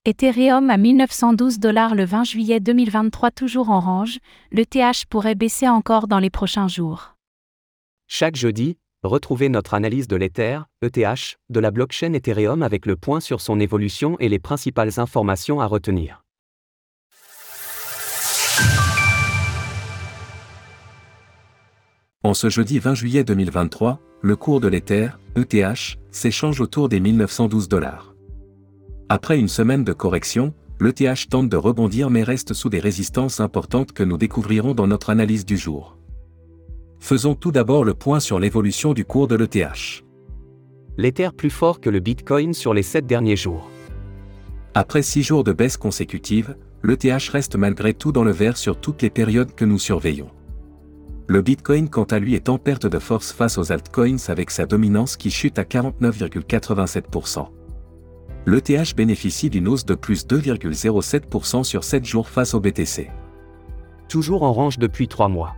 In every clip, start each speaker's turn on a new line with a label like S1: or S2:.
S1: Ethereum à 1912 $ le 20 juillet 2023 toujours en range, l'ETH pourrait baisser encore dans les prochains jours.
S2: Chaque jeudi, retrouvez notre analyse de l'Ether, ETH, de la blockchain Ethereum avec le point sur son évolution et les principales informations à retenir.
S3: En ce jeudi 20 juillet 2023, le cours de l'Ether, ETH, s'échange autour des 1912 $. Après une semaine de correction, l'ETH tente de rebondir mais reste sous des résistances importantes que nous découvrirons dans notre analyse du jour. Faisons tout d'abord le point sur l'évolution du cours de l'ETH.
S2: L'Ether plus fort que le Bitcoin sur les 7 derniers jours.
S3: Après 6 jours de baisse consécutive, l'ETH reste malgré tout dans le vert sur toutes les périodes que nous surveillons. Le Bitcoin quant à lui est en perte de force face aux altcoins avec sa dominance qui chute à 49,87%. L'ETH bénéficie d'une hausse de plus 2,07% sur 7 jours face au BTC.
S2: Toujours en range depuis 3 mois.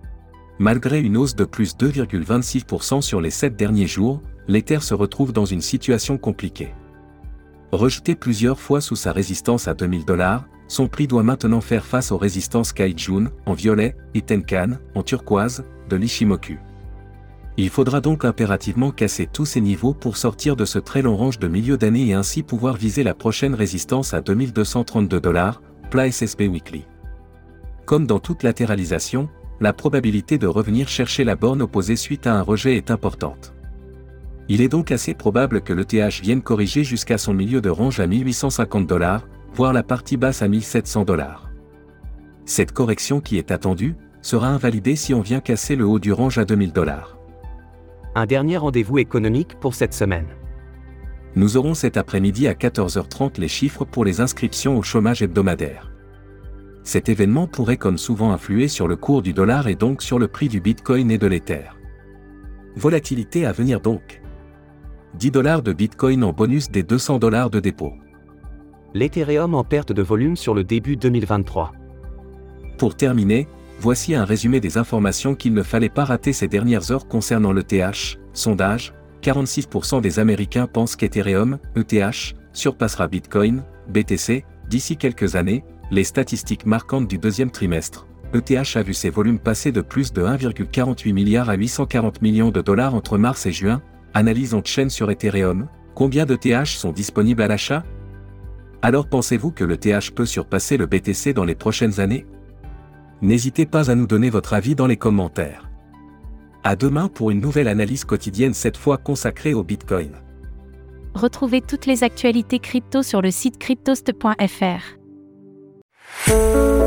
S3: Malgré une hausse de plus 2,26% sur les 7 derniers jours, l'Ether se retrouve dans une situation compliquée. Rejeté plusieurs fois sous sa résistance à 2000 $, son prix doit maintenant faire face aux résistances Kaijun, en violet, et Tenkan, en turquoise, de l'Ishimoku. Il faudra donc impérativement casser tous ces niveaux pour sortir de ce très long range de milieu d'année et ainsi pouvoir viser la prochaine résistance à 2232 $, plat SSP Weekly. Comme dans toute latéralisation, la probabilité de revenir chercher la borne opposée suite à un rejet est importante. Il est donc assez probable que l'ETH vienne corriger jusqu'à son milieu de range à 1850 $, voire la partie basse à 1700 $. Cette correction qui est attendue, sera invalidée si on vient casser le haut du range à 2000 $.
S2: Un dernier rendez-vous économique pour cette semaine.
S3: Nous aurons cet après-midi à 14h30 les chiffres pour les inscriptions au chômage hebdomadaire. Cet événement pourrait comme souvent influer sur le cours du dollar et donc sur le prix du Bitcoin et de l'Ether. Volatilité à venir donc. 10 $ de Bitcoin en bonus des 200 $ de dépôt.
S2: L'Ethereum en perte de volume sur le début 2023.
S3: Pour terminer, voici un résumé des informations qu'il ne fallait pas rater ces dernières heures concernant l'ETH. Sondage, 46% des Américains pensent qu'Ethereum, ETH, surpassera Bitcoin, BTC, d'ici quelques années. Les statistiques marquantes du deuxième trimestre, ETH a vu ses volumes passer de plus de 1,48 milliard à 840 millions de $ entre mars et juin. Analyse en chaîne sur Ethereum, combien d'ETH sont disponibles à l'achat? Alors pensez-vous que l'ETH peut surpasser le BTC dans les prochaines années? N'hésitez pas à nous donner votre avis dans les commentaires. À demain pour une nouvelle analyse quotidienne cette fois consacrée au Bitcoin.
S1: Retrouvez toutes les actualités crypto sur le site cryptost.fr.